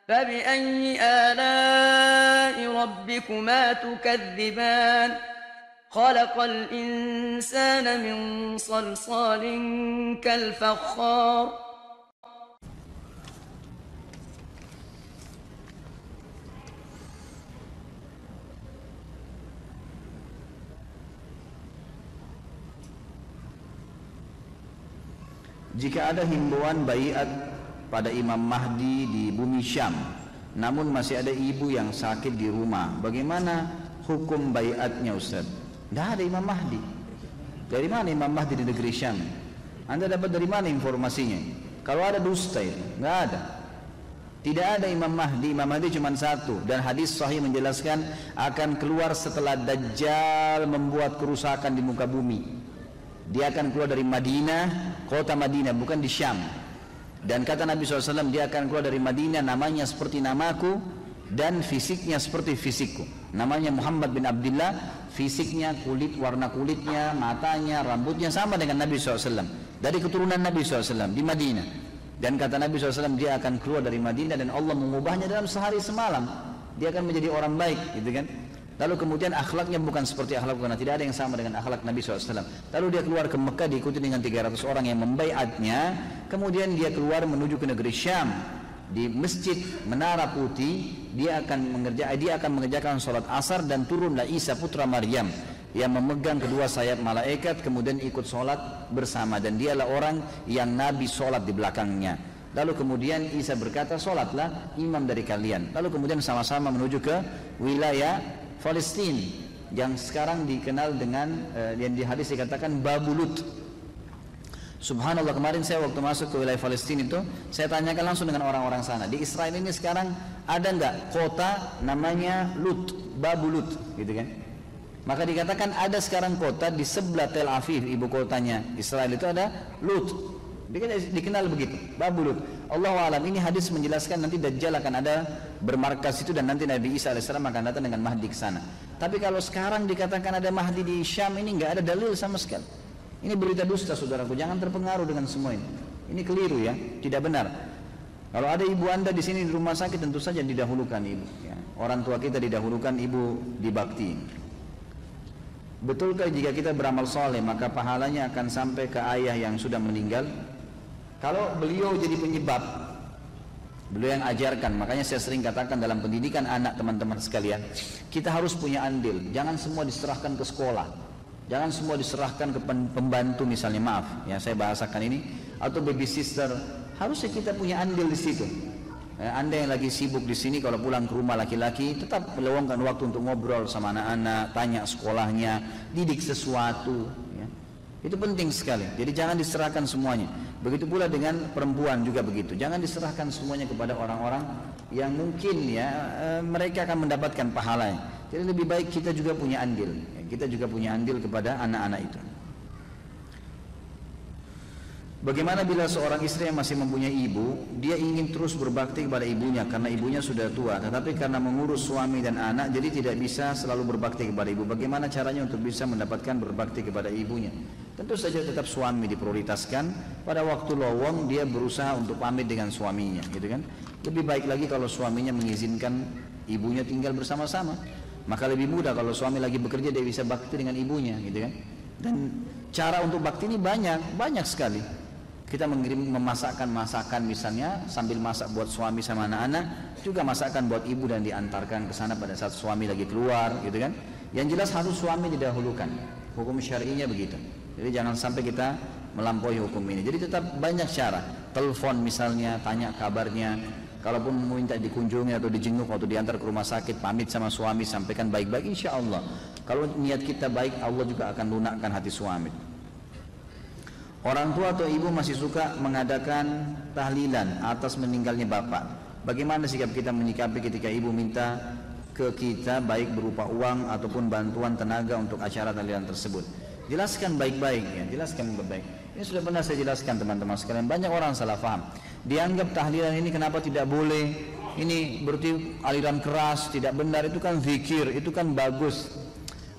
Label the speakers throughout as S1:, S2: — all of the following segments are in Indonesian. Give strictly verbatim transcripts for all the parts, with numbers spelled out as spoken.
S1: فبأي آلاء ربكما تكذبان خلق الإنسان من صلصال كالفخار
S2: Jika ada himbauan baiat pada Imam Mahdi di bumi Syam, namun masih ada ibu yang sakit di rumah, bagaimana hukum baiatnya Ustaz? Tidak ada Imam Mahdi. Dari mana Imam Mahdi di negeri Syam? Anda dapat dari mana informasinya? Kalau ada dusta itu, nggak ada. Tidak ada Imam Mahdi. Imam Mahdi cuma satu, dan hadis sahih menjelaskan akan keluar setelah Dajjal membuat kerusakan di muka bumi. Dia akan keluar dari Madinah, kota Madinah, bukan di Syam. Dan kata Nabi shallallahu alaihi wasallam, dia akan keluar dari Madinah, namanya seperti namaku dan fisiknya seperti fisikku. Namanya Muhammad bin Abdullah, fisiknya, kulit, warna kulitnya, matanya, rambutnya sama dengan Nabi shallallahu alaihi wasallam. Dari keturunan Nabi shallallahu alaihi wasallam di Madinah. Dan kata Nabi shallallahu alaihi wasallam, dia akan keluar dari Madinah dan Allah mengubahnya dalam sehari semalam. Dia akan menjadi orang baik, gitu kan? Lalu kemudian akhlaknya bukan seperti akhlak, karena tidak ada yang sama dengan akhlak Nabi shallallahu alaihi wasallam. Lalu dia keluar ke Mekah diikuti dengan tiga ratus orang yang membaiatnya. Kemudian dia keluar menuju ke negeri Syam. Di masjid Menara Putih dia akan mengerjakan dia akan mengerjakan sholat asar, dan turunlah Isa putra Maryam yang memegang kedua sayap malaikat, kemudian ikut sholat bersama, dan dialah orang yang Nabi sholat di belakangnya. Lalu kemudian Isa berkata, sholatlah imam dari kalian. Lalu kemudian sama-sama menuju ke wilayah Palestina yang sekarang dikenal dengan uh, yang di hadis dikatakan Babulut. Subhanallah, kemarin saya waktu masuk ke wilayah Palestina itu, saya tanyakan langsung dengan orang-orang sana. Di Israel ini sekarang ada nggak kota namanya Lut, Babulut, gitu kan? Maka dikatakan ada sekarang kota di sebelah Tel Aviv, ibu kotanya Israel itu ada Lut. Dikenal begitu, Babulut. Allahu alam, ini hadis menjelaskan nanti Dajjal akan ada bermarkas itu, dan nanti Nabi Isa alaihissalam akan datang dengan Mahdi ke sana. Tapi kalau sekarang dikatakan ada Mahdi di Syam, ini nggak ada dalil sama sekali. Ini berita dusta, saudaraku. Jangan terpengaruh dengan semua ini. Ini keliru ya, tidak benar. Kalau ada ibu anda di sini di rumah sakit, tentu saja didahulukan ibu. Ya. Orang tua kita didahulukan, ibu dibakti. Betulkah jika kita beramal soleh maka pahalanya akan sampai ke ayah yang sudah meninggal? Kalau beliau jadi penyebab, beliau yang ajarkan, makanya saya sering katakan dalam pendidikan anak teman-teman sekalian, kita harus punya andil. Jangan semua diserahkan ke sekolah, jangan semua diserahkan ke pembantu misalnya, maaf ya saya bahasakan ini, atau baby sister. Harusnya kita punya andil di situ. Ya, anda yang lagi sibuk di sini, kalau pulang ke rumah laki-laki, tetap meluangkan waktu untuk ngobrol sama anak-anak, tanya sekolahnya, didik sesuatu. Ya. Itu penting sekali. Jadi jangan diserahkan semuanya. Begitu pula dengan perempuan juga begitu. Jangan diserahkan semuanya kepada orang-orang yang mungkin ya e, mereka akan mendapatkan pahalanya. Jadi lebih baik kita juga punya andil. Ya, kita juga punya andil kepada anak-anak itu. Bagaimana bila seorang istri yang masih mempunyai ibu, dia ingin terus berbakti kepada ibunya karena ibunya sudah tua, tetapi karena mengurus suami dan anak, jadi tidak bisa selalu berbakti kepada ibu. Bagaimana caranya untuk bisa mendapatkan berbakti kepada ibunya? Tentu saja tetap suami diprioritaskan. Pada waktu lowong dia berusaha untuk pamit dengan suaminya, gitu kan? Lebih baik lagi kalau suaminya mengizinkan ibunya tinggal bersama-sama. Maka lebih mudah kalau suami lagi bekerja, dia bisa bakti dengan ibunya, gitu kan? Dan cara untuk bakti ini banyak, banyak sekali. Kita mengirim memasakkan masakan misalnya, sambil masak buat suami sama anak-anak, juga masakan buat ibu dan diantarkan ke sana pada saat suami lagi keluar, gitu kan? Yang jelas harus suami didahulukan. Hukum syar'inya begitu. Jadi jangan sampai kita melampaui hukum ini. Jadi tetap banyak cara. Telepon misalnya, tanya kabarnya. Kalaupun minta dikunjungi atau dijenguk atau diantar ke rumah sakit, pamit sama suami, sampaikan baik-baik, insya Allah. Kalau niat kita baik, Allah juga akan lunakkan hati suami. Orang tua atau ibu masih suka mengadakan tahlilan atas meninggalnya bapak. Bagaimana sikap kita menyikapi ketika ibu minta ke kita baik berupa uang ataupun bantuan tenaga untuk acara tahlilan tersebut? Jelaskan baik-baik ya, jelaskan baik-baik. Ini sudah pernah saya jelaskan teman-teman sekalian. Banyak orang salah paham. Dianggap tahlilan ini kenapa tidak boleh? Ini berarti aliran keras, tidak benar. Itu kan zikir, itu kan bagus.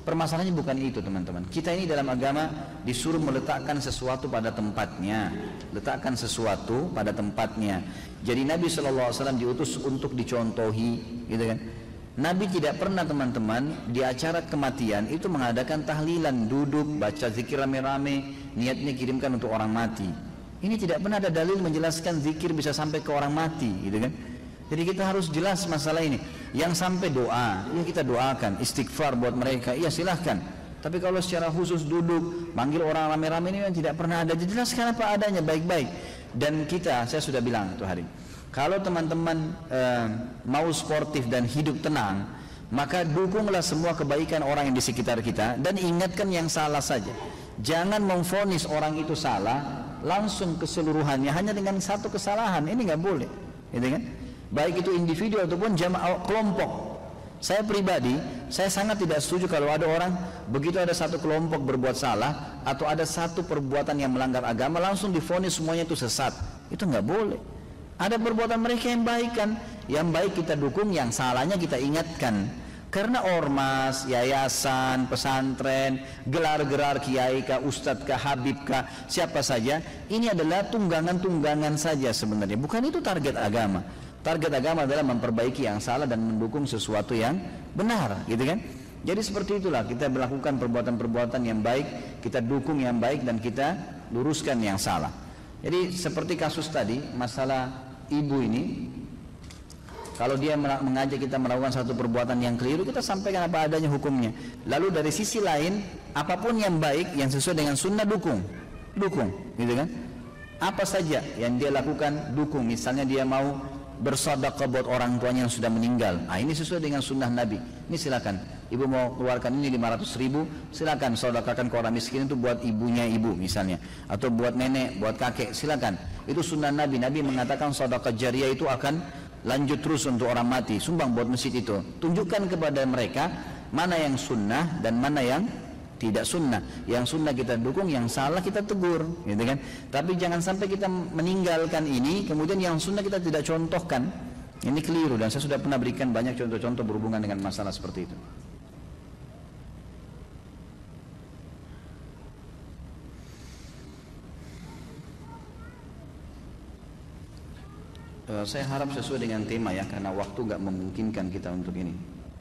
S2: Permasalahannya bukan itu teman-teman. Kita ini dalam agama disuruh meletakkan sesuatu pada tempatnya. Letakkan sesuatu pada tempatnya. Jadi Nabi shallallahu alaihi wasallam diutus untuk dicontohi, gitu kan. Nabi tidak pernah teman-teman di acara kematian itu mengadakan tahlilan, duduk, baca zikir rame-rame, niatnya kirimkan untuk orang mati. Ini tidak pernah ada dalil menjelaskan zikir bisa sampai ke orang mati, gitu kan. Jadi kita harus jelas masalah ini. Yang sampai doa, ya kita doakan, istighfar buat mereka, iya silahkan. Tapi kalau secara khusus duduk, manggil orang rame-rame ini yang tidak pernah ada, jelaskan apa adanya baik-baik. Dan kita, saya sudah bilang itu hari, kalau teman-teman eh, mau sportif dan hidup tenang, maka dukunglah semua kebaikan orang yang di sekitar kita dan ingatkan yang salah saja. Jangan memvonis orang itu salah langsung keseluruhannya hanya dengan satu kesalahan, ini nggak boleh, gitu kan? Baik itu individu ataupun jamaah kelompok. Saya pribadi, saya sangat tidak setuju kalau ada orang begitu ada satu kelompok berbuat salah atau ada satu perbuatan yang melanggar agama langsung divonis semuanya itu sesat. Itu nggak boleh. Ada perbuatan mereka yang baik kan, yang baik kita dukung, yang salahnya kita ingatkan. Karena ormas, yayasan, pesantren, gelar-gerar kiai kah, ustadz kah, habib kah, siapa saja, ini adalah tunggangan-tunggangan saja sebenarnya. Bukan itu target agama. Target agama adalah memperbaiki yang salah dan mendukung sesuatu yang benar, gitu kan? Jadi seperti itulah kita melakukan perbuatan-perbuatan yang baik, kita dukung yang baik dan kita luruskan yang salah. Jadi seperti kasus tadi, masalah ibu ini, kalau dia mengajak kita melakukan satu perbuatan yang keliru, kita sampaikan apa adanya hukumnya. Lalu dari sisi lain, apapun yang baik, yang sesuai dengan sunnah dukung, dukung, gitu kan? Apa saja yang dia lakukan dukung. Misalnya dia mau bersedekah buat orang tuanya yang sudah meninggal, ah ini sesuai dengan sunnah Nabi, ini silakan. Ibu mau keluarkan ini lima ratus ribu, silakan sedekahkan ke orang miskin itu buat ibunya ibu misalnya, atau buat nenek, buat kakek, silakan. Itu sunnah Nabi. Nabi mengatakan sedekah jariah itu akan lanjut terus untuk orang mati, sumbang buat masjid itu. Tunjukkan kepada mereka mana yang sunnah dan mana yang tidak sunnah. Yang sunnah kita dukung, yang salah kita tegur, gitu kan? Tapi jangan sampai kita meninggalkan ini, kemudian yang sunnah kita tidak contohkan. Ini keliru dan saya sudah pernah berikan banyak contoh-contoh berhubungan dengan masalah seperti itu. Uh, saya harap sesuai dengan tema ya, karena waktu nggak memungkinkan kita untuk ini.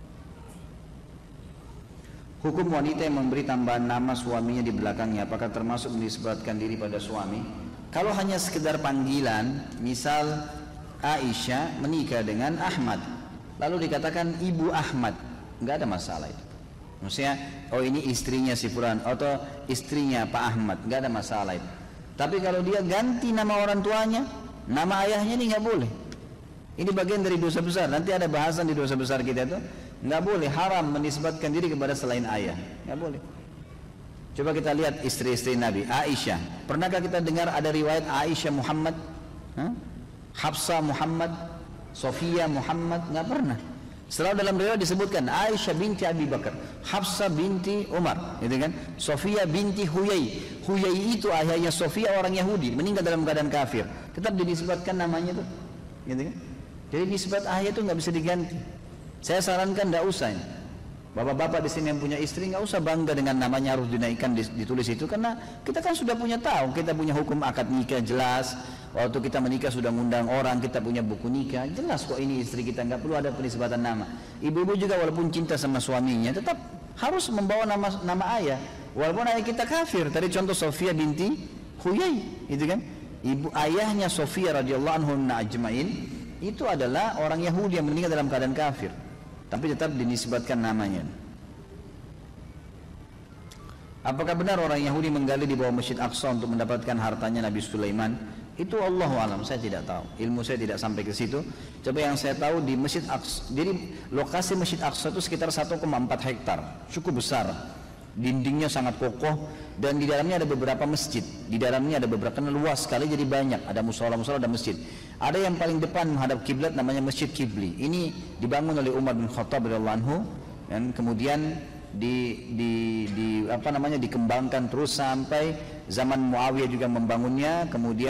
S2: Hukum wanita yang memberi tambahan nama suaminya di belakangnya, apakah termasuk menisbatkan diri pada suami? Kalau hanya sekedar panggilan, misal Aisyah menikah dengan Ahmad, lalu dikatakan Ibu Ahmad, nggak ada masalah itu. Maksudnya, oh ini istrinya si Fulan atau istrinya Pak Ahmad, nggak ada masalah itu. Tapi kalau dia ganti nama orang tuanya, nama ayahnya ini nggak boleh. Ini bagian dari dosa besar. Nanti ada bahasan di dosa besar kita itu. Nggak boleh, haram menisbatkan diri kepada selain ayah, nggak boleh. Coba kita lihat istri-istri Nabi. Aisyah, pernahkah kita dengar ada riwayat Aisyah Muhammad, Hah? Hafsah Muhammad, Sofia Muhammad? Nggak pernah. Selalu dalam riwayat disebutkan Aisyah binti Abi Bakar, Hafsah binti Umar, gitu kan? Sofia binti Huyai. Huyai itu ayahnya Sofia, orang Yahudi, meninggal dalam keadaan kafir. Tetap dinisbatkan namanya tuh, gitu kan? Jadi nisbat ayah itu nggak bisa diganti. Saya sarankan tidak usah. Bapak-bapak di sini yang punya istri nggak usah bangga dengan namanya harus dinaikkan ditulis itu, karena kita kan sudah punya tahu, kita punya hukum akad nikah jelas. Waktu kita menikah sudah ngundang orang, kita punya buku nikah jelas kok ini istri kita, nggak perlu ada penisbatan nama. Ibu-ibu juga walaupun cinta sama suaminya tetap harus membawa nama nama ayah, walaupun ayah kita kafir. Tadi contoh Sofia binti Huyai, itu kan ibu ayahnya Sofia radhiyallahu anhunna ajmain itu adalah orang Yahudi yang meninggal dalam keadaan kafir, tapi tetap dinisbatkan namanya. Apakah benar orang Yahudi menggali di bawah Masjid Aqsa untuk mendapatkan hartanya Nabi Sulaiman? Itu Allahu alam, saya tidak tahu. Ilmu saya tidak sampai ke situ. Coba yang saya tahu di Masjid Aqsa, jadi lokasi Masjid Aqsa itu sekitar satu koma empat hektar, cukup besar. Dindingnya sangat kokoh dan di dalamnya ada beberapa masjid. Di dalamnya ada beberapa, karena luas sekali jadi banyak. Ada musola-musola, ada masjid. Ada yang paling depan menghadap kiblat namanya Masjid Kibli. Ini dibangun oleh Umar bin Khattab radhiyallahu anhu dan kemudian di, di, di apa namanya dikembangkan terus sampai zaman Muawiyah juga membangunnya. Kemudian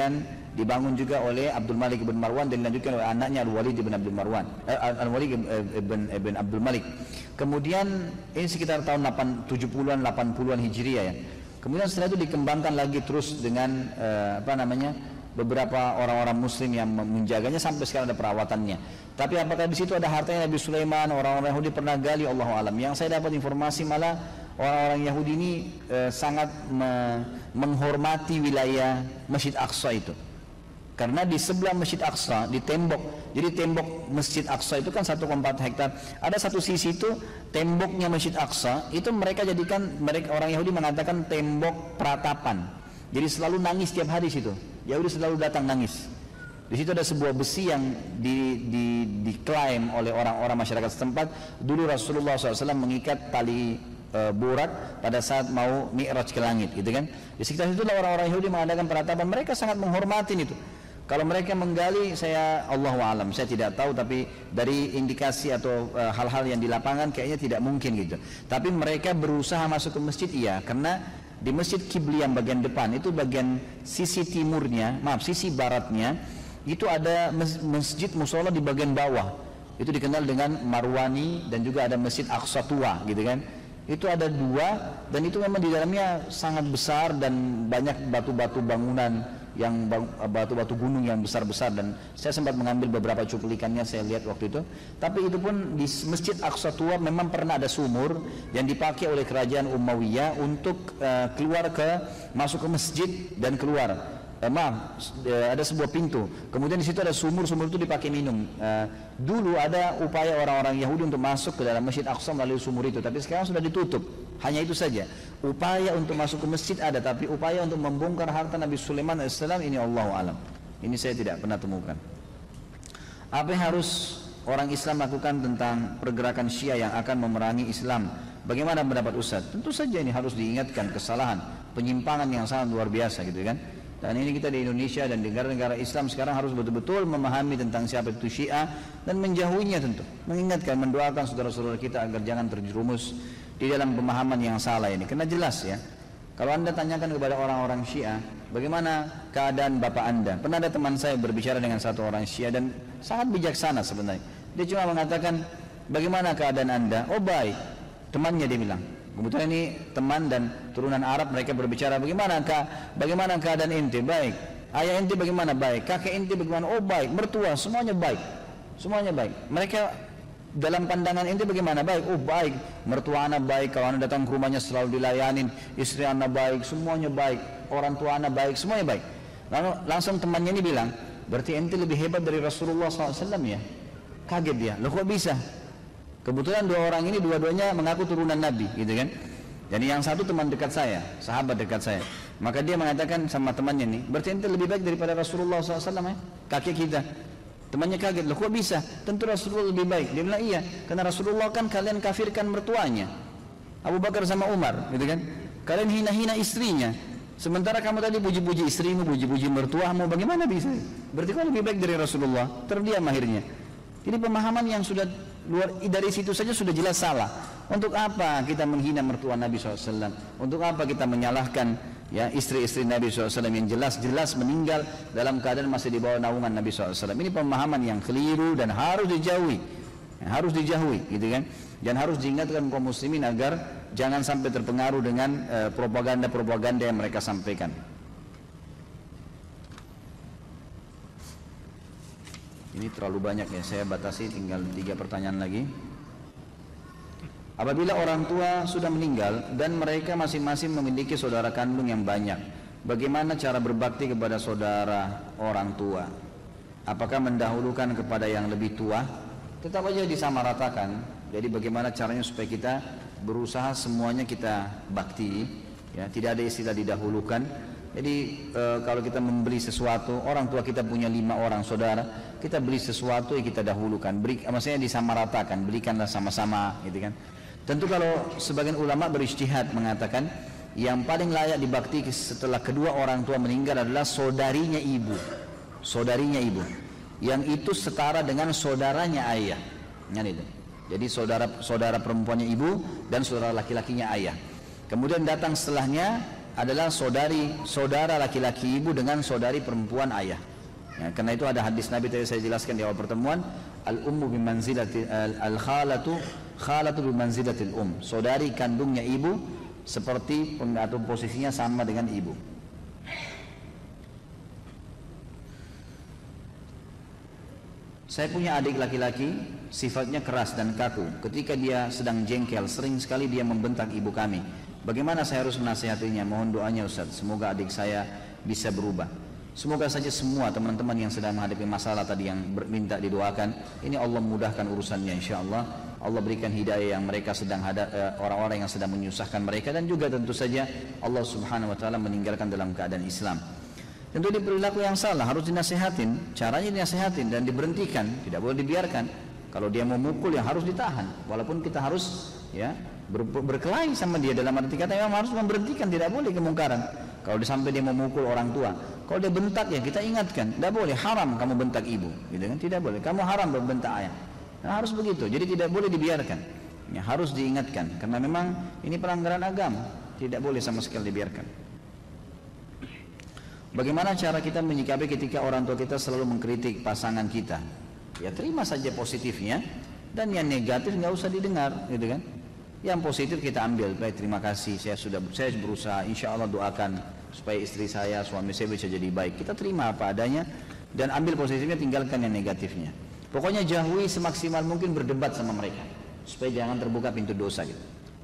S2: dibangun juga oleh Abdul Malik bin Marwan dan dilanjutkan oleh anaknya Al-Walid bin Abdul Marwan, eh, Al-Walid bin, bin Abdul Malik. Kemudian ini sekitar tahun tujuh puluhan delapan puluhan Hijriah ya. Kemudian setelah itu dikembangkan lagi terus dengan eh, apa namanya beberapa orang-orang Muslim yang menjaganya sampai sekarang ada perawatannya. Tapi apakah di situ ada hartanya Nabi Sulaiman? Orang-orang Yahudi pernah gali, Allahu alam. Yang saya dapat informasi malah orang-orang Yahudi ini eh, sangat me menghormati wilayah Masjid Aqsa itu. Karena di sebelah Masjid Aqsa, di tembok, jadi tembok Masjid Aqsa itu kan satu koma empat hektar. Ada satu sisi itu temboknya Masjid Aqsa, itu mereka jadikan, mereka orang Yahudi mengatakan tembok peratapan. Jadi selalu nangis tiap hari situ. Yahudi selalu datang nangis. Di situ ada sebuah besi yang di, di, diklaim oleh orang-orang masyarakat setempat. Dulu Rasulullah shallallahu alaihi wasallam mengikat tali e, borak pada saat mau mi'raj ke langit, gitu kan? Di sekitar itulah orang-orang Yahudi mengadakan peratapan. Mereka sangat menghormati itu. Kalau mereka menggali, saya Allahu alam, saya tidak tahu, tapi dari indikasi atau hal-hal e, yang di lapangan kayaknya tidak mungkin gitu. Tapi mereka berusaha masuk ke masjid, iya, karena di masjid Qibli yang bagian depan itu bagian sisi timurnya, maaf sisi baratnya itu ada masjid musola di bagian bawah. Itu dikenal dengan Marwani dan juga ada Masjid Aqsa Tua, gitu kan? Itu ada dua dan itu memang di dalamnya sangat besar dan banyak batu-batu bangunan yang batu-batu gunung yang besar-besar, dan saya sempat mengambil beberapa cuplikannya, saya lihat waktu itu. Tapi itu pun di Masjid Aqsa Tua memang pernah ada sumur yang dipakai oleh kerajaan Umayyah untuk uh, keluar ke masuk ke masjid dan keluar. Uh, maaf, uh, ada sebuah pintu. Kemudian di situ ada sumur, sumur itu dipakai minum. Uh, dulu ada upaya orang-orang Yahudi untuk masuk ke dalam Masjid Aqsa melalui sumur itu, tapi sekarang sudah ditutup. Hanya itu saja. Upaya untuk masuk ke masjid ada, tapi upaya untuk membongkar harta Nabi Sulaiman alaihissalam ini Allahu alam. Ini saya tidak pernah temukan. Apa yang harus orang Islam lakukan tentang pergerakan Syiah yang akan memerangi Islam? Bagaimana pendapat Ustaz? Tentu saja ini harus diingatkan kesalahan, penyimpangan yang sangat luar biasa, gitu kan? Dan ini kita di Indonesia dan di negara-negara Islam sekarang harus betul-betul memahami tentang siapa itu Syiah dan menjauhinya, tentu. Mengingatkan, mendoakan saudara-saudara kita agar jangan terjerumus di dalam pemahaman yang salah ini. Karena jelas ya, kalau Anda tanyakan kepada orang-orang Syiah, bagaimana keadaan bapak Anda? Pernah ada teman saya berbicara dengan satu orang Syiah dan sangat bijaksana sebenarnya. Dia cuma mengatakan, bagaimana keadaan Anda? Oh baik. Temannya dia bilang. Kebetulan ini teman dan turunan Arab, mereka berbicara, bagaimana kak? Bagaimana keadaan ente? Baik. Ayah ente bagaimana? Baik. Kakek ente bagaimana? Oh baik. Mertua semuanya baik. Semuanya baik. Mereka dalam pandangan ente bagaimana? Baik. Oh baik. Mertua anak baik. Kalau anak datang ke rumahnya selalu dilayanin. Istri anak baik. Semuanya baik. Orang tua anak baik. Semuanya baik. Lalu langsung temannya ini bilang, berarti ente lebih hebat dari Rasulullah shallallahu alaihi wasallam ya? Kaget dia. Loh kok bisa? Kebetulan dua orang ini dua-duanya mengaku turunan Nabi, gitu kan? Jadi yang satu teman dekat saya, sahabat dekat saya. Maka dia mengatakan sama temannya nih, berarti ente lebih baik daripada Rasulullah shallallahu alaihi wasallam ya? Kakek kita. Temannya kaget, loh kok bisa? Tentu Rasulullah lebih baik. Dia bilang iya, karena Rasulullah kan kalian kafirkan mertuanya, Abu Bakar sama Umar, gitu kan? Kalian hina-hina istrinya. Sementara kamu tadi puji-puji istrimu, puji-puji mertuamu, bagaimana bisa? Berarti kau lebih baik dari Rasulullah. Terdiam akhirnya. Ini pemahaman yang sudah luar, dari situ saja sudah jelas salah. Untuk apa kita menghina mertua Nabi shallallahu alaihi wasallam? Untuk apa kita menyalahkan ya istri-istri Nabi shallallahu alaihi wasallam yang jelas-jelas meninggal dalam keadaan masih di bawah naungan Nabi shallallahu alaihi wasallam? Ini pemahaman yang keliru dan harus dijauhi, harus dijauhi, gitu kan? Dan harus diingatkan kaum muslimin agar jangan sampai terpengaruh dengan propaganda-propaganda uh, yang mereka sampaikan. Ini terlalu banyak ya, saya batasi tinggal tiga pertanyaan lagi. Apabila orang tua sudah meninggal dan mereka masing-masing memiliki saudara kandung yang banyak, bagaimana cara berbakti kepada saudara orang tua? Apakah mendahulukan kepada yang lebih tua? Tetap aja disamaratakan. Jadi bagaimana caranya supaya kita berusaha semuanya kita bakti, ya, tidak ada istilah didahulukan. Jadi e, kalau kita membeli sesuatu, orang tua kita punya lima orang saudara, kita beli sesuatu yang kita dahulukan, beri, maksudnya disamaratakan, belikanlah sama-sama, gitu kan. Tentu kalau sebagian ulama berijtihad mengatakan yang paling layak dibakti setelah kedua orang tua meninggal adalah saudarinya ibu, saudarinya ibu, yang itu setara dengan saudaranya ayah, kan itu. Jadi saudara saudara perempuannya ibu dan saudara laki-lakinya ayah. Kemudian datang setelahnya adalah saudari saudara laki-laki ibu dengan saudari perempuan ayah. Ya, karena itu ada hadis Nabi tadi saya jelaskan di awal pertemuan, al ummu bimanzilati al khalatu khalatu bimanzilatil um. Saudari kandungnya ibu seperti atau posisinya sama dengan ibu. Saya punya adik laki-laki, sifatnya keras dan kaku. Ketika dia sedang jengkel, sering sekali dia membentak ibu kami. Bagaimana saya harus menasihatinya? Mohon doanya Ustaz, semoga adik saya bisa berubah. Semoga saja semua teman-teman yang sedang menghadapi masalah tadi yang minta didoakan, ini Allah mudahkan urusannya insyaAllah. Allah berikan hidayah yang mereka sedang hadap, orang-orang yang sedang menyusahkan mereka, dan juga tentu saja Allah subhanahu wa ta'ala meninggalkan dalam keadaan Islam. Tentu di perilaku yang salah harus dinasihatin, caranya dinasihatin dan diberhentikan, tidak boleh dibiarkan. Kalau dia mau mukul yang harus ditahan, walaupun kita harus ya ber, berkelahi sama dia, dalam arti kata memang harus memberhentikan, tidak boleh kemungkaran. Kalau sampai dia memukul orang tua, kalau dia bentak ya kita ingatkan, tidak boleh, haram kamu bentak ibu, gitu kan? Tidak boleh, kamu haram membentak ayah. Nah, harus begitu, jadi tidak boleh dibiarkan, ya, harus diingatkan, karena memang ini pelanggaran agama, tidak boleh sama sekali dibiarkan. Bagaimana cara kita menyikapi ketika orang tua kita selalu mengkritik pasangan kita? Ya terima saja positifnya, dan yang negatif nggak usah didengar, gitu kan? Yang positif kita ambil, baik terima kasih, saya sudah saya berusaha, insya Allah doakan supaya istri saya, suami saya bisa jadi baik. Kita terima apa adanya dan ambil positifnya, tinggalkan yang negatifnya. Pokoknya jauhi semaksimal mungkin berdebat sama mereka, supaya jangan terbuka pintu dosa gitu.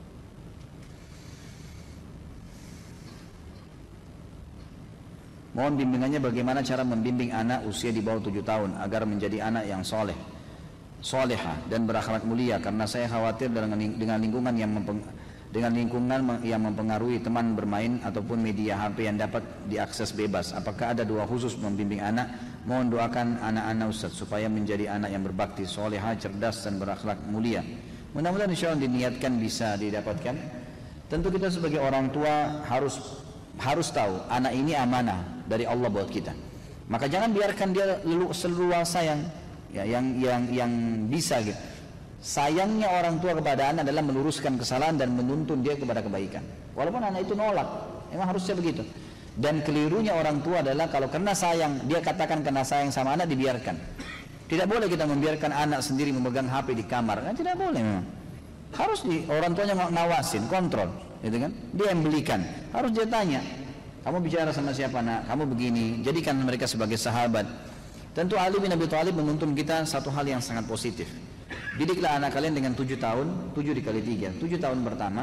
S2: Mohon bimbingannya bagaimana cara membimbing anak usia di bawah tujuh tahun agar menjadi anak yang soleh, soleha dan berakhlak mulia, karena saya khawatir dengan, dengan lingkungan yang mempeng, dengan lingkungan yang mempengaruhi teman bermain ataupun media H P yang dapat diakses bebas. Apakah ada doa khusus membimbing anak? Mohon doakan anak-anak Ustaz supaya menjadi anak yang berbakti, soleha, cerdas dan berakhlak mulia. Mudah-mudahan insya Allah diniatkan bisa didapatkan. Tentu kita sebagai orang tua harus harus tahu anak ini amanah dari Allah buat kita. Maka jangan biarkan dia seleluasa yang ya, yang yang yang bisa gitu. Sayangnya orang tua kepada anak adalah meluruskan kesalahan dan menuntun dia kepada kebaikan. Walaupun anak itu nolak, memang harusnya begitu. Dan kelirunya orang tua adalah kalau kena sayang, dia katakan kena sayang sama anak dibiarkan. Tidak boleh kita membiarkan anak sendiri memegang H P di kamar, kan tidak boleh memang. Harus di orang tuanya ngawasin, kontrol, gitu kan? Dia yang belikan, harus dia tanya, kamu bicara sama siapa nak? Kamu begini, jadikan mereka sebagai sahabat. Tentu Ali bin Abi Thalib menuntun kita satu hal yang sangat positif. Didiklah anak kalian dengan tujuh tahun, tujuh dikali tiga, tujuh tahun pertama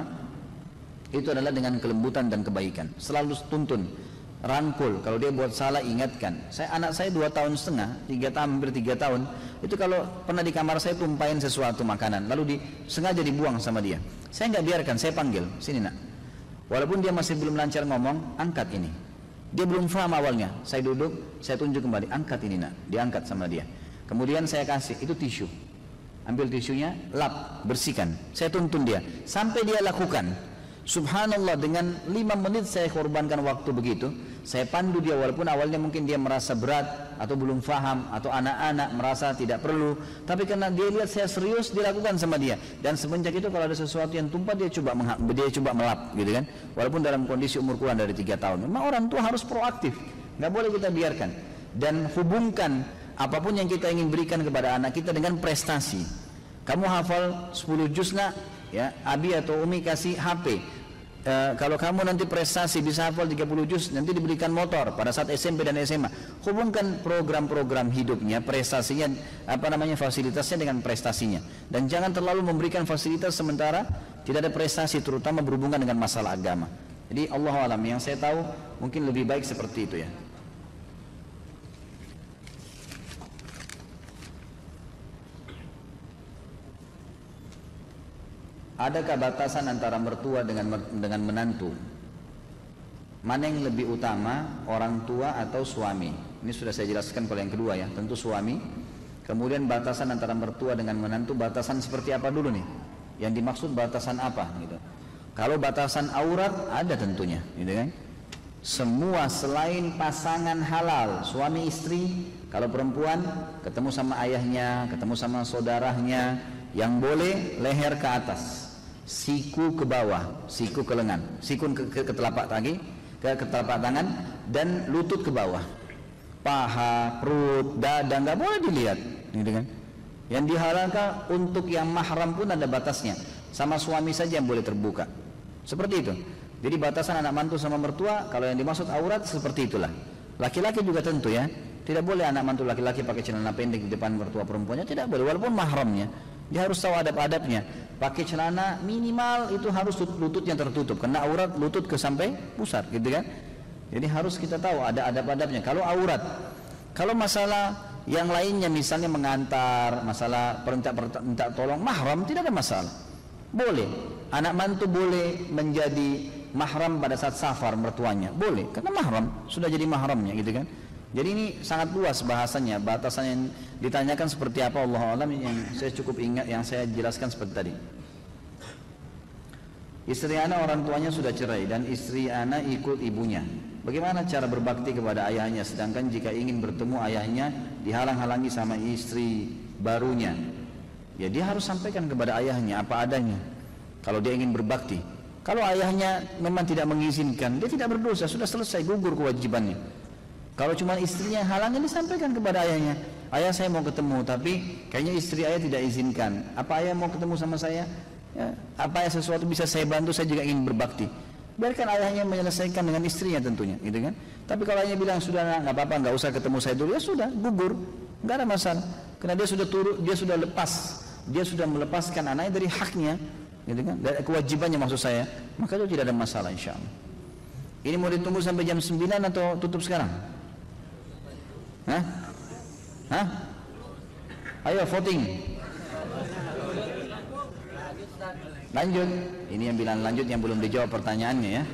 S2: itu adalah dengan kelembutan dan kebaikan. Selalu tuntun, rangkul. Kalau dia buat salah ingatkan. Saya anak saya dua tahun setengah, tiga tahun hampir tiga tahun. Itu kalau pernah di kamar saya tumpahin sesuatu makanan, lalu di, sengaja dibuang sama dia. Saya nggak biarkan, saya panggil, sini nak. Walaupun dia masih belum lancar ngomong, angkat ini. Dia belum paham awalnya. Saya duduk, saya tunjuk kembali, angkat ini nak. Diangkat sama dia. Kemudian saya kasih, itu tisu. Ambil tisunya, lap, bersihkan. Saya tuntun dia, sampai dia lakukan. Subhanallah, dengan lima menit saya korbankan waktu begitu. Saya pandu dia walaupun awalnya mungkin dia merasa berat atau belum faham atau anak-anak merasa tidak perlu, tapi karena dia lihat saya serius dilakukan sama dia. Dan semenjak itu kalau ada sesuatu yang tumpah dia coba dia coba melap, gitu kan. Walaupun dalam kondisi umur kurang dari tiga tahun. Memang orang tua harus proaktif, nggak boleh kita biarkan. Dan hubungkan apapun yang kita ingin berikan kepada anak kita dengan prestasi. Kamu hafal sepuluh juz nak, ya, Abi atau Umi kasih H P. Uh, kalau kamu nanti prestasi bisa hafal tiga puluh juz, nanti diberikan motor pada saat S M P dan S M A. Hubungkan program-program hidupnya, prestasinya, apa namanya, fasilitasnya dengan prestasinya. Dan jangan terlalu memberikan fasilitas sementara tidak ada prestasi, terutama berhubungan dengan masalah agama. Jadi Allah alam, yang saya tahu mungkin lebih baik seperti itu ya. Adakah batasan antara mertua dengan dengan menantu? Mana yang lebih utama, orang tua atau suami? Ini sudah saya jelaskan kalau yang kedua ya, tentu suami. Kemudian batasan antara mertua dengan menantu, batasan seperti apa dulu nih? Yang dimaksud batasan apa gitu? Kalau batasan aurat ada tentunya, gitu kan? Semua selain pasangan halal, suami istri, kalau perempuan ketemu sama ayahnya, ketemu sama saudaranya, yang boleh leher ke atas, siku ke bawah, siku ke lengan, siku ke, ke, ke telapak kaki, ke, ke telapak tangan dan lutut ke bawah. Paha, perut, dada nggak boleh dilihat, gitu kan? Yang dihalalkan untuk yang mahram pun ada batasnya. Sama suami saja yang boleh terbuka. Seperti itu. Jadi batasan anak mantu sama mertua, kalau yang dimaksud aurat seperti itulah. Laki-laki juga tentu ya, tidak boleh anak mantu laki-laki pakai celana pendek di depan mertua perempuannya, tidak boleh walaupun mahramnya. Dia harus tahu adab-adabnya. Pakai celana minimal itu harus lutut yang tertutup, karena aurat lutut ke sampai pusat, gitu kan? Jadi harus kita tahu ada adab-adabnya. Kalau aurat, kalau masalah yang lainnya misalnya mengantar, masalah perintah minta tolong mahram tidak ada masalah. Boleh. Anak mantu boleh menjadi mahram pada saat safar mertuanya. Boleh, karena mahram sudah jadi mahramnya, gitu kan? Jadi ini sangat luas bahasanya, batasan yang ditanyakan seperti apa Allah alam, yang saya cukup ingat, yang saya jelaskan seperti tadi. Istri anak orang tuanya sudah cerai dan istri anak ikut ibunya. Bagaimana cara berbakti kepada ayahnya, sedangkan jika ingin bertemu ayahnya dihalang-halangi sama istri barunya? Ya dia harus sampaikan kepada ayahnya apa adanya kalau dia ingin berbakti. Kalau ayahnya memang tidak mengizinkan, dia tidak berdosa, sudah selesai, gugur kewajibannya. Kalau cuma istrinya halangi, disampaikan kepada ayahnya, ayah saya mau ketemu tapi kayaknya istri ayah tidak izinkan, apa ayah mau ketemu sama saya? Ya, apa ya sesuatu bisa saya bantu, saya juga ingin berbakti. Biarkan ayahnya menyelesaikan dengan istrinya tentunya, gitu kan? Tapi kalau ayahnya bilang sudah nggak apa-apa, nggak usah ketemu saya dulu, ya sudah, gugur, nggak ada masalah. Karena dia sudah turut, dia sudah lepas, dia sudah melepaskan anaknya dari haknya, gitu kan? Dari kewajibannya maksud saya, maka itu tidak ada masalah insya Allah. Ini mau ditunggu sampai jam sembilan atau tutup sekarang? Hah? Hah? Ayo voting. Lanjut. Ini yang bilang lanjut yang belum dijawab pertanyaannya ya.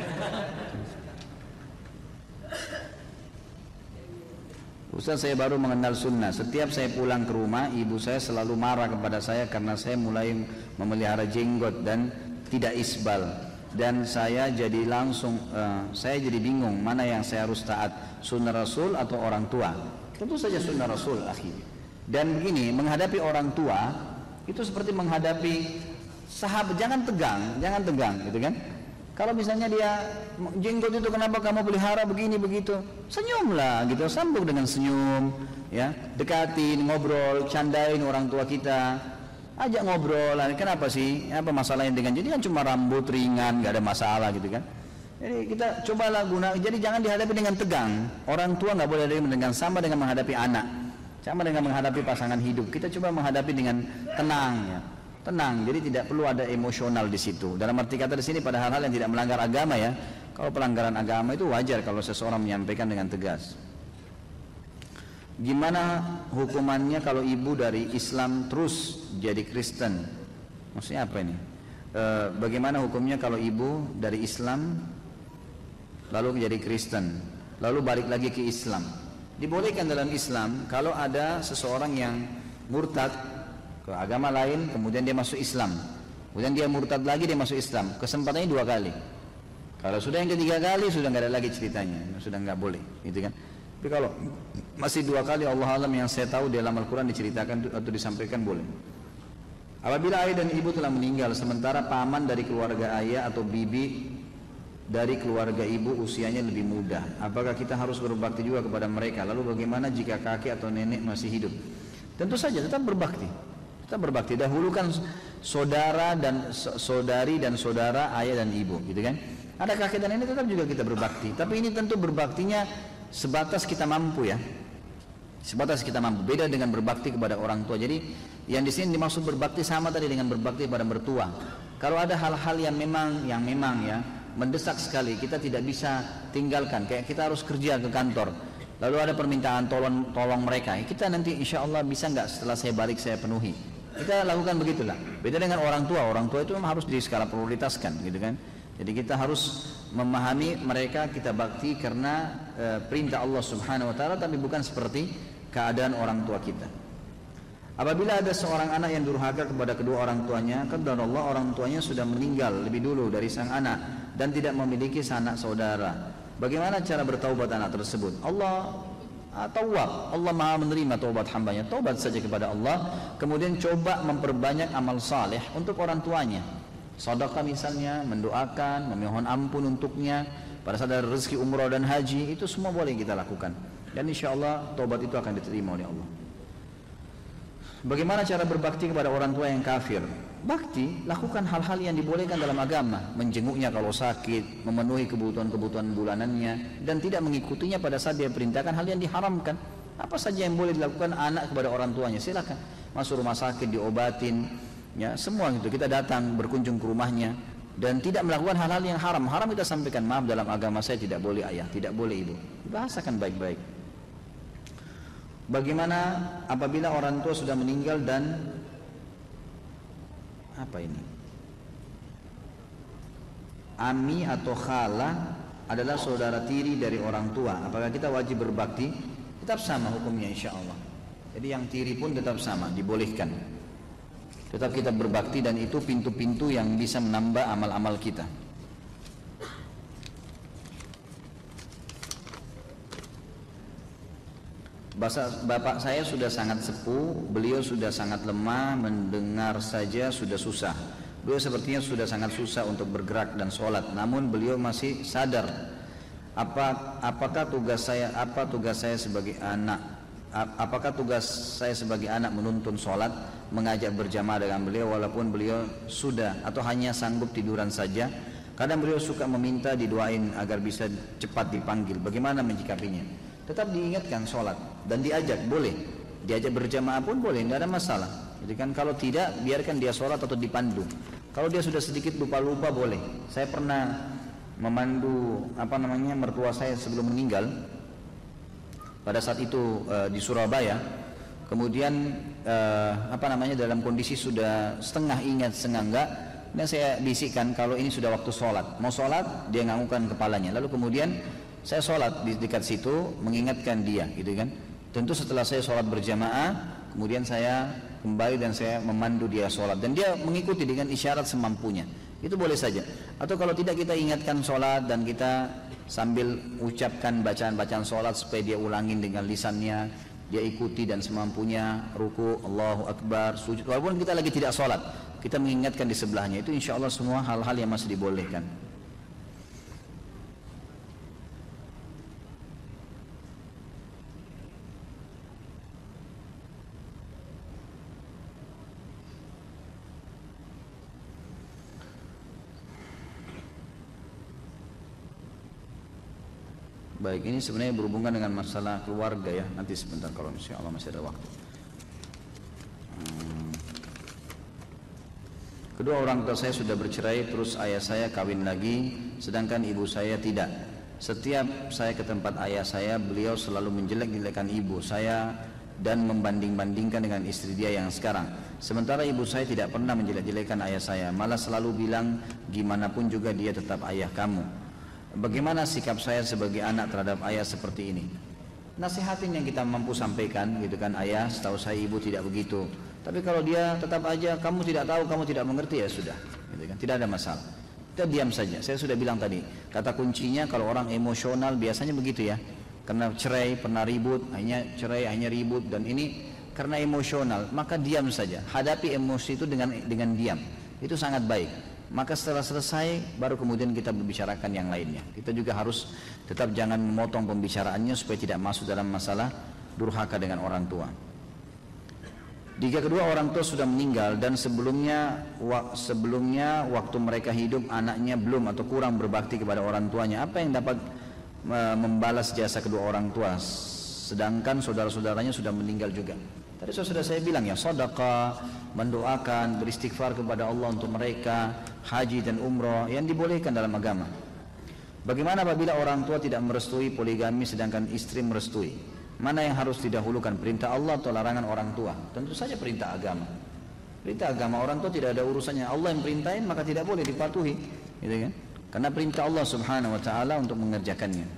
S2: Ustaz, saya baru mengenal sunnah. Setiap saya pulang ke rumah, ibu saya selalu marah kepada saya karena saya mulai memelihara jenggot dan tidak isbal. Dan saya jadi langsung, uh, saya jadi bingung mana yang saya harus taat, sunnah Rasul atau orang tua. Tentu saja sunnah Rasul, akhi. Dan begini, menghadapi orang tua itu seperti menghadapi sahabat, jangan tegang, jangan tegang, gitu kan? Kalau misalnya dia jenggot itu kenapa kamu pelihara begini begitu, senyumlah, gitu, sambung dengan senyum, ya, dekatin, ngobrol, candain orang tua kita, ajak ngobrol, kenapa sih, apa masalahnya dengan, jadi kan cuma rambut ringan, nggak ada masalah, gitu kan? Jadi kita cobalah guna, jadi jangan dihadapi dengan tegang. Orang tua nggak boleh dengan sama dengan menghadapi anak, sama dengan menghadapi pasangan hidup. Kita coba menghadapi dengan tenang, ya. Tenang, jadi tidak perlu ada emosional di situ. Dalam arti kata di sini pada hal-hal yang tidak melanggar agama ya. Kalau pelanggaran agama itu wajar kalau seseorang menyampaikan dengan tegas. Gimana hukumannya kalau ibu dari Islam terus jadi Kristen? Maksudnya apa ini? E, bagaimana hukumnya kalau ibu dari Islam lalu menjadi Kristen, lalu balik lagi ke Islam? Dibolehkan dalam Islam kalau ada seseorang yang murtad ke agama lain, kemudian dia masuk Islam, kemudian dia murtad lagi, dia masuk Islam, kesempatannya dua kali. Kalau sudah yang ketiga kali sudah nggak ada lagi ceritanya, sudah nggak boleh, gitu kan? Tapi kalau masih dua kali, Allah alam, yang saya tahu di dalam Al-Quran diceritakan atau disampaikan boleh. Apabila ayah dan ibu telah meninggal, sementara paman dari keluarga ayah atau bibi dari keluarga ibu usianya lebih muda, apakah kita harus berbakti juga kepada mereka? Lalu bagaimana jika kakek atau nenek masih hidup? Tentu saja tetap berbakti. Kita berbakti, dahulukan saudara dan saudari dan saudara, ayah dan ibu, gitu kan? Ada kakek dan nenek tetap juga kita berbakti. Tapi ini tentu berbaktinya sebatas kita mampu ya. Sebatas kita mampu. Beda dengan berbakti kepada orang tua. Jadi yang di sini dimaksud berbakti sama tadi dengan berbakti pada mertua. Kalau ada hal-hal yang memang yang memang ya mendesak sekali, kita tidak bisa tinggalkan. Kayak kita harus kerja ke kantor. Lalu ada permintaan tolong tolong mereka. Kita nanti insya Allah bisa nggak setelah saya balik saya penuhi. Kita lakukan begitulah. Beda dengan orang tua. Orang tua itu memang harus di skala prioritaskan, gitu kan? Jadi kita harus memahami mereka, kita bakti karena e, perintah Allah Subhanahu Wa Taala, tapi bukan seperti keadaan orang tua kita. Apabila ada seorang anak yang durhaka kepada kedua orang tuanya, qadarullah orang tuanya sudah meninggal lebih dulu dari sang anak dan tidak memiliki sanak saudara. Bagaimana cara bertaubat anak tersebut? Allah Tawwab, Allah maha menerima taubat hambanya. Taubat saja kepada Allah, kemudian coba memperbanyak amal saleh untuk orang tuanya. Sedekah misalnya, mendoakan, memohon ampun untuknya, pada saat ada rezeki umrah dan haji, itu semua boleh kita lakukan. Dan insya Allah taubat itu akan diterima oleh Allah. Bagaimana cara berbakti kepada orang tua yang kafir? Bakti, lakukan hal-hal yang dibolehkan dalam agama, menjenguknya kalau sakit, memenuhi kebutuhan-kebutuhan bulanannya, dan tidak mengikutinya pada saat dia perintahkan hal yang diharamkan. Apa saja yang boleh dilakukan anak kepada orang tuanya, silakan. Masuk rumah sakit diobatin, ya semua itu kita datang berkunjung ke rumahnya, dan tidak melakukan hal-hal yang haram. Haram kita sampaikan, maaf dalam agama saya tidak boleh ayah, tidak boleh ibu. Bahasakan baik-baik. Bagaimana apabila orang tua sudah meninggal dan apa ini? Ami atau khala adalah saudara tiri dari orang tua. Apakah kita wajib berbakti? Tetap sama hukumnya insya Allah. Jadi yang tiri pun tetap sama, dibolehkan. Tetap kita berbakti dan itu pintu-pintu yang bisa menambah amal-amal kita. Bapak saya sudah sangat sepuh, beliau sudah sangat lemah, mendengar saja sudah susah. Beliau sepertinya sudah sangat susah untuk bergerak dan sholat, namun beliau masih sadar. Apa, apakah tugas saya, apa tugas saya sebagai anak? Apakah tugas saya sebagai anak menuntun sholat, mengajak berjamaah dengan beliau walaupun beliau sudah atau hanya sanggup tiduran saja? Kadang beliau suka meminta didoain agar bisa cepat dipanggil. Bagaimana menyikapinya? Tetap diingatkan sholat dan diajak, boleh diajak berjamaah pun boleh, tidak ada masalah. Jadi kan kalau tidak, biarkan dia sholat atau dipandu. Kalau dia sudah sedikit lupa-lupa boleh. Saya pernah memandu apa namanya mertua saya sebelum meninggal pada saat itu e, di Surabaya. Kemudian e, apa namanya dalam kondisi sudah setengah ingat setengah enggak, dan saya bisikkan kalau ini sudah waktu sholat, mau sholat dia nganggukkan kepalanya, lalu kemudian saya sholat di dekat situ mengingatkan dia, gitu kan. Tentu setelah saya sholat berjamaah, kemudian saya kembali dan saya memandu dia sholat dan dia mengikuti dengan isyarat semampunya. Itu boleh saja. Atau kalau tidak kita ingatkan sholat dan kita sambil ucapkan bacaan-bacaan sholat supaya dia ulangin dengan lisannya, dia ikuti dan semampunya, ruku, Allahu Akbar, sujud. Walaupun kita lagi tidak sholat, kita mengingatkan di sebelahnya. Itu insya Allah semua hal-hal yang masih dibolehkan. Baik, ini sebenarnya berhubungan dengan masalah keluarga ya. Nanti sebentar kalau insya Allah masih ada waktu. Hmm. Kedua orang tua saya sudah bercerai, terus ayah saya kawin lagi, sedangkan ibu saya tidak. Setiap saya ke tempat ayah saya, beliau selalu menjelek-jelekan ibu saya dan membanding-bandingkan dengan istri dia yang sekarang. Sementara ibu saya tidak pernah menjelek-jelekan ayah saya, malah selalu bilang gimana pun juga dia tetap ayah kamu. Bagaimana sikap saya sebagai anak terhadap ayah seperti ini? Nasihatin yang kita mampu sampaikan, gitu kan, ayah setahu saya ibu tidak begitu. Tapi kalau dia tetap aja kamu tidak tahu, kamu tidak mengerti, ya sudah, gitu kan, tidak ada masalah. Kita diam saja. Saya sudah bilang tadi, kata kuncinya kalau orang emosional biasanya begitu ya. Karena cerai, pernah ribut, hanya cerai, hanya ribut, dan ini karena emosional, maka diam saja. Hadapi emosi itu dengan dengan diam. Itu sangat baik. Maka setelah selesai baru kemudian kita berbicarakan yang lainnya. Kita juga harus tetap jangan memotong pembicaraannya supaya tidak masuk dalam masalah durhaka dengan orang tua. Jika kedua orang tua sudah meninggal dan sebelumnya wak, sebelumnya waktu mereka hidup anaknya belum atau kurang berbakti kepada orang tuanya, apa yang dapat e, membalas jasa kedua orang tua sedangkan saudara-saudaranya sudah meninggal juga? Tadi sudah saya bilang ya, sedekah, mendoakan, beristighfar kepada Allah untuk mereka, haji dan umrah yang dibolehkan dalam agama. Bagaimana apabila orang tua tidak merestui poligami sedangkan istri merestui? Mana yang harus didahulukan, perintah Allah atau larangan orang tua? Tentu saja perintah agama. Perintah agama, orang tua tidak ada urusannya. Allah yang perintahin maka tidak boleh dipatuhi, gitu kan? Karena perintah Allah Subhanahu wa taala untuk mengerjakannya.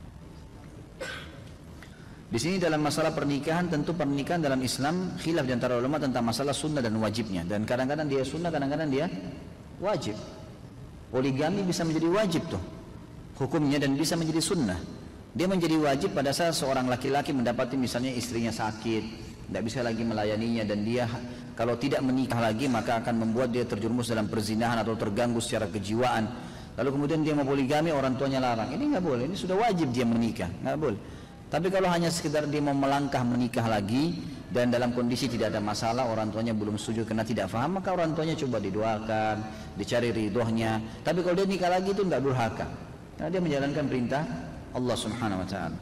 S2: Di sini dalam masalah pernikahan, tentu pernikahan dalam Islam khilaf di antara ulama tentang masalah sunnah dan wajibnya. Dan kadang-kadang dia sunnah, kadang-kadang dia wajib. Poligami bisa menjadi wajib tuh hukumnya dan bisa menjadi sunnah. Dia menjadi wajib pada saat seorang laki-laki mendapati misalnya istrinya sakit, tidak bisa lagi melayaninya, dan dia kalau tidak menikah lagi maka akan membuat dia terjerumus dalam perzinahan atau terganggu secara kejiwaan. lalu kemudian dia mau poligami, orang tuanya larang. Ini nggak boleh, ini sudah wajib dia menikah, nggak boleh. Tapi kalau hanya sekedar dia mau melangkah menikah lagi dan dalam kondisi tidak ada masalah, orang tuanya belum setuju karena tidak paham, maka orang tuanya coba didoakan, dicari ridhonya. Tapi kalau dia nikah lagi itu nggak durhaka, karena dia menjalankan perintah Allah Subhanahu Wa Taala.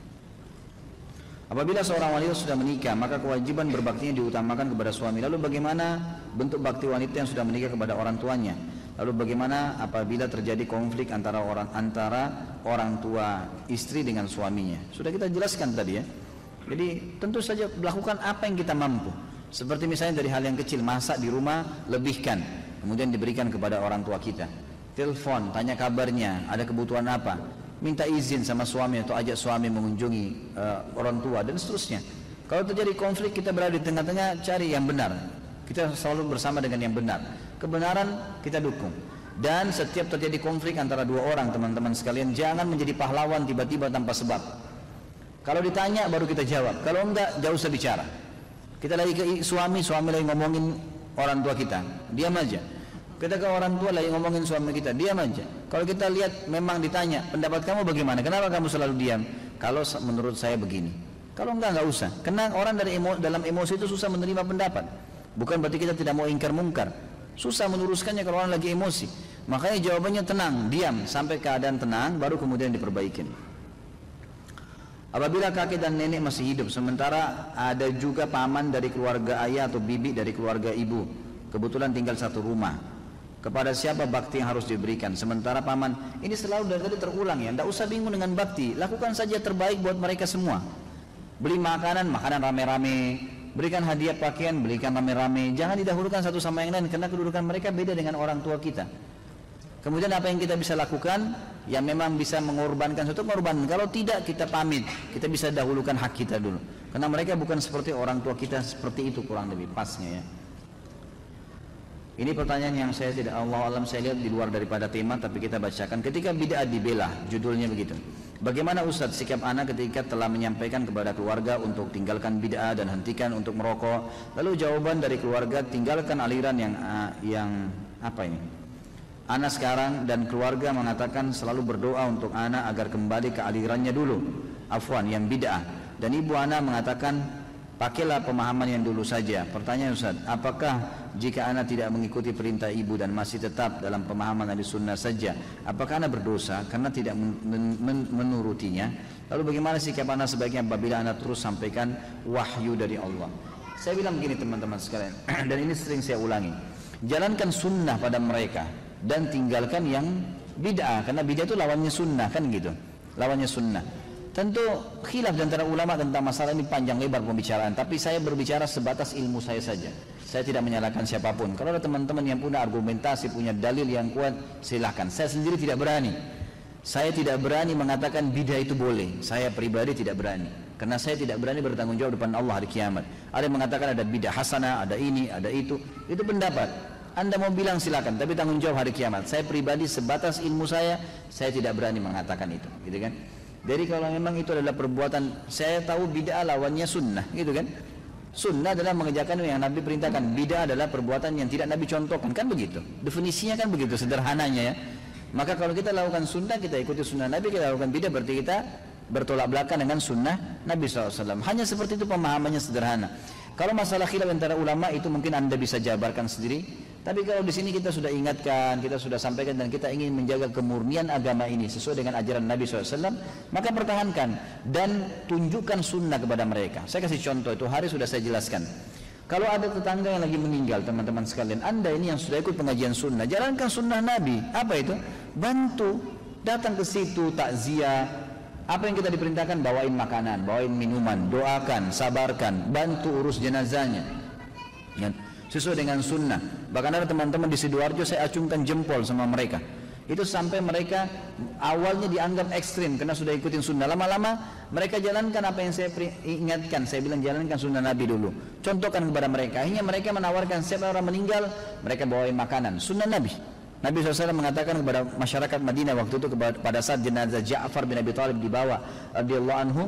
S2: Apabila seorang wanita sudah menikah, maka kewajiban berbaktinya diutamakan kepada suami. Lalu bagaimana bentuk bakti wanita yang sudah menikah kepada orang tuanya? Lalu bagaimana apabila terjadi konflik antara orang antara orang tua istri dengan suaminya? Sudah kita jelaskan tadi ya. Jadi tentu saja lakukan apa yang kita mampu. Seperti misalnya dari hal yang kecil, masak di rumah lebihkan, kemudian diberikan kepada orang tua kita. Telepon, tanya kabarnya, ada kebutuhan apa? Minta izin sama suami atau ajak suami mengunjungi uh, orang tua dan seterusnya. Kalau terjadi konflik, kita berada di tengah-tengah, cari yang benar. Kita selalu bersama dengan yang benar. Kebenaran kita dukung. Dan setiap terjadi konflik antara dua orang, teman-teman sekalian, jangan menjadi pahlawan tiba-tiba tanpa sebab. Kalau ditanya baru kita jawab, kalau enggak jauh usah bicara. Kita lagi ke suami, suami lagi ngomongin orang tua kita, diam aja. Kita ke orang tua lagi ngomongin suami kita, diam aja. Kalau kita lihat memang ditanya, pendapat kamu bagaimana? Kenapa kamu selalu diam? Kalau menurut saya begini. Kalau enggak, enggak usah. Karena orang dari emo, dalam emosi itu susah menerima pendapat. Bukan berarti kita tidak mau ingkar mungkar. Susah meluruskannya kalau orang lagi emosi. Makanya jawabannya tenang, diam sampai keadaan tenang, baru kemudian diperbaikin. Apabila kakek dan nenek masih hidup, sementara ada juga paman dari keluarga ayah atau bibi dari keluarga ibu, kebetulan tinggal satu rumah, kepada siapa bakti yang harus diberikan? Sementara paman, ini selalu dari tadi terulang ya, tidak usah bingung dengan bakti, lakukan saja terbaik buat mereka semua. Beli makanan, makanan rame-rame, berikan hadiah pakaian, berikan rame-rame. Jangan didahulukan satu sama yang lain, karena kedudukan mereka beda dengan orang tua kita. Kemudian apa yang kita bisa lakukan, yang memang bisa mengorbankan sesuatu, mengorbankan. Kalau tidak, kita pamit, kita bisa dahulukan hak kita dulu, karena mereka bukan seperti orang tua kita, seperti itu kurang lebih pasnya ya. Ini pertanyaan yang saya tidak, Allah alam, saya lihat di luar daripada tema, tapi kita bacakan. Ketika bid'ah dibela, judulnya begitu. Bagaimana Ustadz sikap anak ketika telah menyampaikan kepada keluarga untuk tinggalkan bid'ah dan hentikan untuk merokok? Lalu jawaban dari keluarga, tinggalkan aliran yang uh, yang apa ini? Anak sekarang dan keluarga mengatakan selalu berdoa untuk anak agar kembali ke alirannya dulu, afwan, yang bid'ah. Dan ibu anak mengatakan pakailah pemahaman yang dulu saja. Pertanyaan Ustaz, apakah jika anak tidak mengikuti perintah ibu dan masih tetap dalam pemahaman ahli sunnah saja, apakah anak berdosa karena tidak men men menurutinya? Lalu bagaimana sikap anak sebaiknya apabila anak terus sampaikan wahyu dari Allah? Saya bilang begini teman-teman sekalian, dan ini sering saya ulangi, jalankan sunnah pada mereka dan tinggalkan yang bid'ah, karena bid'ah itu lawannya sunnah, kan gitu, lawannya sunnah. Tentu khilaf di antara ulama tentang masalah ini panjang lebar pembicaraan, tapi saya berbicara sebatas ilmu saya saja. Saya tidak menyalahkan siapapun. Kalau ada teman-teman yang punya argumentasi, punya dalil yang kuat, silahkan. Saya sendiri tidak berani. Saya tidak berani mengatakan bid'ah itu boleh. Saya pribadi tidak berani, karena saya tidak berani bertanggung jawab depan Allah hari kiamat. Ada yang mengatakan ada bid'ah hasanah, ada ini, ada itu. Itu pendapat. Anda mau bilang silakan, tapi tanggung jawab hari kiamat. Saya pribadi sebatas ilmu saya, saya tidak berani mengatakan itu, gitu kan? Jadi kalau memang itu adalah perbuatan, saya tahu bid'ah lawannya sunnah, gitu kan? Sunnah adalah mengerjakan yang Nabi perintahkan, bid'ah adalah perbuatan yang tidak Nabi contohkan, kan begitu? Definisinya kan begitu, sederhananya ya. Maka kalau kita lakukan sunnah, kita ikuti sunnah Nabi, kita lakukan bid'ah, berarti kita bertolak belakang dengan sunnah Nabi shallallahu alaihi wasallam. Hanya seperti itu pemahamannya, sederhana. Kalau masalah khilaf antara ulama itu mungkin Anda bisa jabarkan sendiri. Tapi kalau di sini kita sudah ingatkan, kita sudah sampaikan, dan kita ingin menjaga kemurnian agama ini sesuai dengan ajaran Nabi shallallahu alaihi wasallam, maka pertahankan dan tunjukkan sunnah kepada mereka. Saya kasih contoh, itu hari sudah saya jelaskan. Kalau ada tetangga yang lagi meninggal, teman-teman sekalian, Anda ini yang sudah ikut pengajian sunnah, jalankan sunnah Nabi. Apa itu? Bantu, datang ke situ, takziah. Apa yang kita diperintahkan? Bawain makanan, bawain minuman, doakan, sabarkan, bantu urus jenazahnya, ya, sesuai dengan sunnah. Bahkan ada teman-teman di Sidoarjo, saya acungkan jempol sama mereka. Itu sampai mereka awalnya dianggap ekstrim karena sudah ikutin sunnah. Lama-lama mereka jalankan apa yang saya ingatkan. Saya bilang jalankan sunnah Nabi dulu, contohkan kepada mereka. Akhirnya mereka menawarkan, siapa orang meninggal, mereka bawain makanan, sunnah Nabi. Nabi shallallahu alaihi wasallam mengatakan kepada masyarakat Madinah waktu itu, pada saat jenazah Ja'far bin Abi Thalib dibawa radhiyallahu anhu,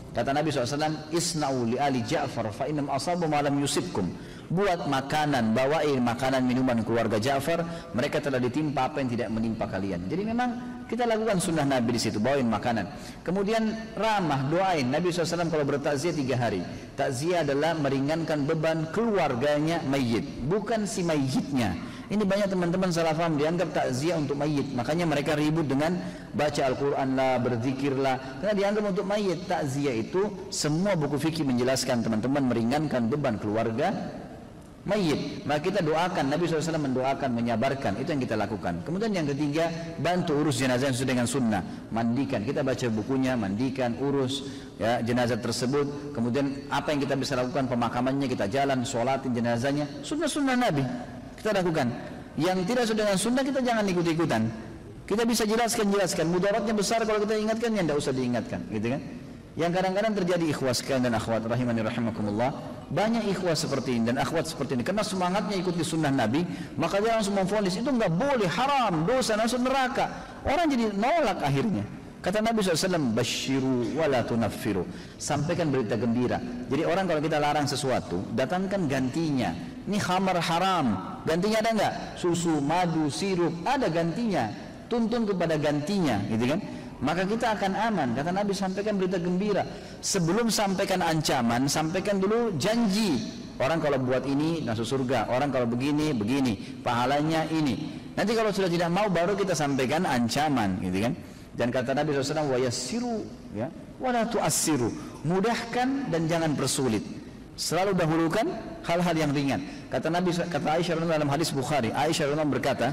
S2: Kata Nabi shallallahu alaihi wasallam, isna'u li ali Ja'far fa innam asabu ma lam yusibkum. Buat makanan, bawain makanan minuman keluarga Ja'far, mereka telah ditimpa apa yang tidak menimpa kalian. Jadi memang kita lakukan sunnah Nabi di situ, bawain makanan. Kemudian ramah, doain. Nabi shallallahu alaihi wasallam kalau bertakziah tiga hari. Takziah adalah meringankan beban keluarganya mayit, bukan si mayitnya. Ini banyak teman-teman salah paham, dianggap takziah untuk mayit. Makanya mereka ribut dengan baca Al-Quran lah, berzikir lah. Karena dianggap untuk mayit. Takziah itu semua buku fikih menjelaskan teman-teman meringankan beban keluarga mayit. Maka kita doakan, Nabi shallallahu alaihi wasallam mendoakan, menyabarkan. Itu yang kita lakukan. Kemudian yang ketiga, bantu urus jenazah sesuai dengan sunnah. Mandikan, kita baca bukunya, mandikan, urus ya jenazah tersebut. Kemudian apa yang kita bisa lakukan, pemakamannya, kita jalan, sholatin jenazahnya. Sunnah-sunnah Nabi kita lakukan. Yang tidak sesuai dengan sunnah kita jangan ikut-ikutan. Kita bisa jelaskan, jelaskan. Mudaratnya besar kalau kita ingatkan, yang tidak usah diingatkan, gitu kan? Yang kadang-kadang terjadi ikhwas sekalian dan akhwat rahimani rahimakumullah, banyak ikhwas seperti ini dan akhwat seperti ini karena semangatnya ikuti sunnah Nabi, maka dia langsung memvonis itu enggak boleh, haram, dosa, masuk neraka. Orang jadi nolak akhirnya. Kata Nabi shallallahu alaihi wasallam, basyiru wala tunaffiru, sampaikan berita gembira. Jadi orang kalau kita larang sesuatu, datangkan gantinya. Ini khamar haram, gantinya ada enggak? Susu, madu, sirup, ada gantinya. Tuntun kepada gantinya, gitu kan? Maka kita akan aman. Kata Nabi, sampaikan berita gembira. Sebelum sampaikan ancaman, sampaikan dulu janji. Orang kalau buat ini masuk surga, orang kalau begini, begini, pahalanya ini. Nanti kalau sudah tidak mau, baru kita sampaikan ancaman, gitu kan? Dan kata Nabi shallallahu alaihi wasallam, wa yassiru, ya, wa la tu'assiru, mudahkan dan jangan persulit. Selalu dahulukan hal-hal yang ringan. Kata Nabi, kata Aisyah dalam hadis Bukhari, Aisyah berkata,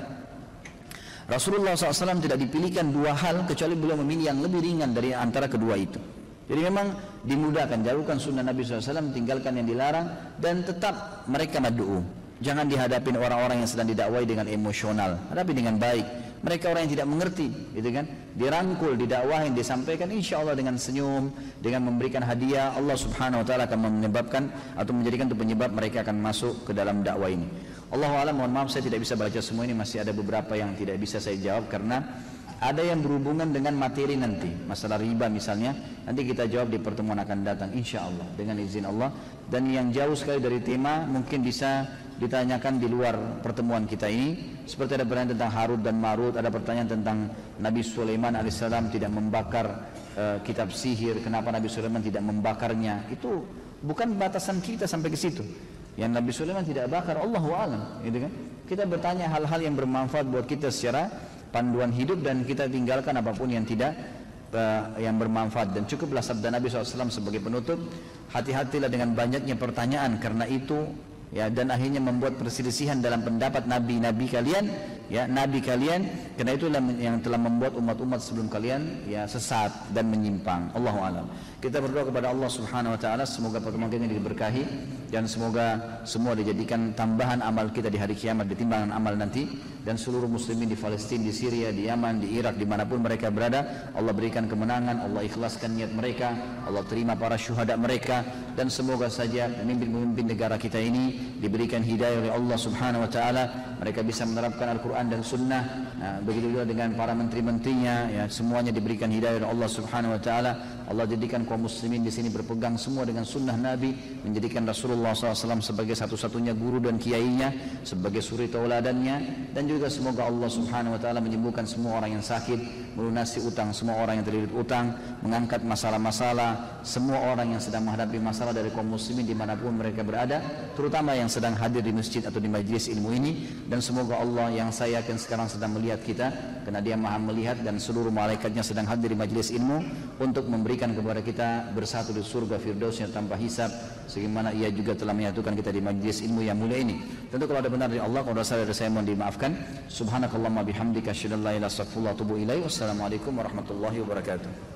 S2: Rasulullah shallallahu alaihi wasallam tidak dipilihkan dua hal kecuali beliau memilih yang lebih ringan dari antara kedua itu. Jadi memang dimudahkan, jauhkan sunnah Nabi shallallahu alaihi wasallam, tinggalkan yang dilarang, dan tetap mereka mad'u. Jangan dihadapin orang-orang yang sedang didakwai dengan emosional, hadapi dengan baik. Mereka orang yang tidak mengerti, gitu kan? Dirangkul, didakwahin, disampaikan, insya Allah dengan senyum, dengan memberikan hadiah, Allah Subhanahu Wa Taala akan menyebabkan atau menjadikan itu penyebab mereka akan masuk ke dalam dakwah ini. Allahu a'lam, mohon maaf saya tidak bisa baca semua ini, masih ada beberapa yang tidak bisa saya jawab karena ada yang berhubungan dengan materi nanti, masalah riba misalnya, nanti kita jawab di pertemuan akan datang, insya Allah dengan izin Allah. Dan yang jauh sekali dari tema mungkin bisa ditanyakan di luar pertemuan kita ini. Seperti ada pertanyaan tentang Harut dan Marut, ada pertanyaan tentang Nabi Sulaiman alaihissalam tidak membakar uh, kitab sihir, kenapa Nabi Sulaiman tidak membakarnya. Itu bukan batasan kita sampai ke situ. Yang Nabi Sulaiman tidak bakar, Allahu a'lam, gitu kan? Kita bertanya hal-hal yang bermanfaat buat kita secara panduan hidup, dan kita tinggalkan apapun yang tidak uh, yang bermanfaat. Dan cukuplah sabda Nabi shallallahu alaihi wasallam sebagai penutup, hati-hatilah dengan banyaknya pertanyaan, karena itu ya, dan akhirnya membuat perselisihan dalam pendapat nabi-nabi kalian, ya, nabi kalian, karena itulah yang telah membuat umat-umat sebelum kalian ya sesat dan menyimpang. Allahu a'lam. Kita berdoa kepada Allah Subhanahu Wa Taala, semoga pertemuan kita ini diberkahi dan semoga semua dijadikan tambahan amal kita di hari kiamat, di timbangan amal nanti. Dan seluruh muslimin di Palestina, di Syria, di Yaman, di Irak, dimanapun mereka berada, Allah berikan kemenangan, Allah ikhlaskan niat mereka, Allah terima para syuhada mereka, dan semoga saja pemimpin-pemimpin negara kita ini diberikan hidayah oleh Allah Subhanahu Wa Taala, mereka bisa menerapkan Al-Quran dan Sunnah. Nah, begitu juga dengan para menteri-menterinya, ya, semuanya diberikan hidayah oleh Allah Subhanahu Wa Taala. Allah jadikan kaum muslimin di sini berpegang semua dengan sunnah Nabi, menjadikan Rasulullah shallallahu alaihi wasallam sebagai satu-satunya guru dan kiainya, sebagai suri tauladannya, dan juga semoga Allah Subhanahu Wa Taala menyembuhkan semua orang yang sakit, melunasi utang semua orang yang terlilit utang, mengangkat masalah-masalah semua orang yang sedang menghadapi masalah dari kaum muslimin dimanapun mereka berada, terutama yang sedang hadir di masjid atau di majelis ilmu ini. Dan semoga Allah yang saya yakin sekarang sedang melihat kita, karena Dia Maha melihat, dan seluruh malaikatnya sedang hadir di majelis ilmu untuk memberikan kepada kita bersatu di surga firdausnya tanpa hisab, sebagaimana Ia juga telah menyatukan kita di majelis ilmu yang mulia ini. Tentu kalau ada benar dari Allah, kalau ada salah dari saya mohon dimaafkan. Subhanakallahumma bihamdika asyhadu an la ilaha illa anta astaghfiruka wa atubu ilaik. Wassalamualaikum warahmatullahi wabarakatuh.